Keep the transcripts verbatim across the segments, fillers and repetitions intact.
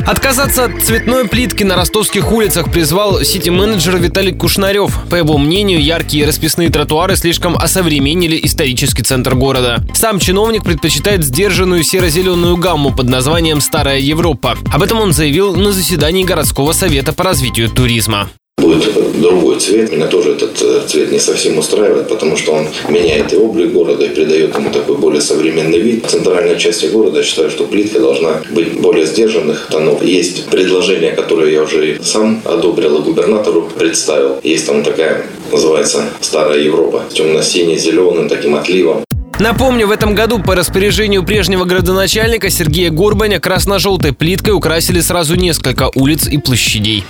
Отказаться от цветной плитки на ростовских улицах призвал сити-менеджер Виталий Кушнарев. По его мнению, яркие расписные тротуары слишком осовременили исторический центр города. Сам чиновник предпочитает сдержанную серо-зеленую гамму под названием «Старая Европа». Об этом он заявил на заседании городского совета по развитию туризма. Будет другой цвет. Меня тоже этот цвет не совсем устраивает, потому что он меняет и облик города, и придает ему такой более современный вид. В центральной части города я считаю, что плитка должна быть более сдержанных тонов. Есть предложение, которое я уже сам одобрил и губернатору представил. Есть там такая, называется «Старая Европа», темно-сине-зеленым таким отливом. Напомню, в этом году по распоряжению прежнего градоначальника Сергея Горбаня красно-желтой плиткой украсили сразу несколько улиц и площадей.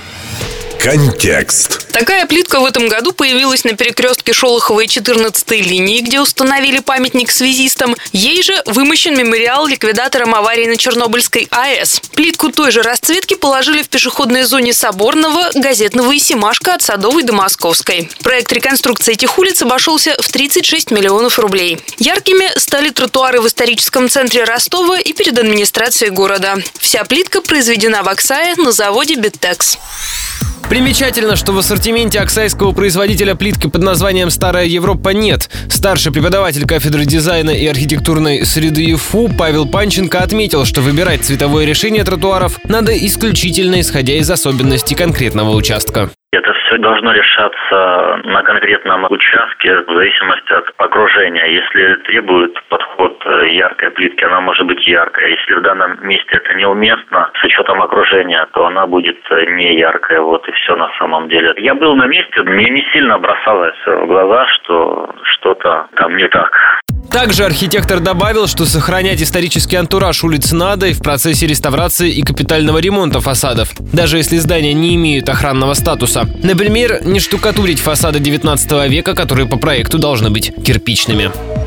Контекст. Такая плитка в этом году появилась на перекрестке Шолоховой и четырнадцатой линии, где установили памятник связистам. Ей же вымощен мемориал ликвидаторам аварии на Чернобыльской АЭС. Плитку той же расцветки положили в пешеходной зоне Соборного, Газетного и Семашко от Садовой до Московской. Проект реконструкции этих улиц обошелся в тридцать шесть миллионов рублей. Яркими стали тротуары в историческом центре Ростова и перед администрацией города. Вся плитка произведена в Аксае на заводе «Биттекс». Примечательно, что в ассортименте аксайского производителя плитки под названием «Старая Европа» нет. Старший преподаватель кафедры дизайна и архитектурной среды ЮФУ Павел Панченко отметил, что выбирать цветовое решение тротуаров надо исключительно исходя из особенностей конкретного участка. Это все должно решаться на конкретном участке в зависимости от окружения. Если требует подход яркой плитки, она может быть яркой. Если в данном месте это неуместно с учетом окружения, то она будет не яркая. Вот и все на самом деле. Я был на месте, мне не сильно бросалось в глаза, что что-то там не так. Также архитектор добавил, что сохранять исторический антураж улиц надо и в процессе реставрации и капитального ремонта фасадов, даже если здания не имеют охранного статуса. Например, не штукатурить фасады девятнадцатого века, которые по проекту должны быть кирпичными.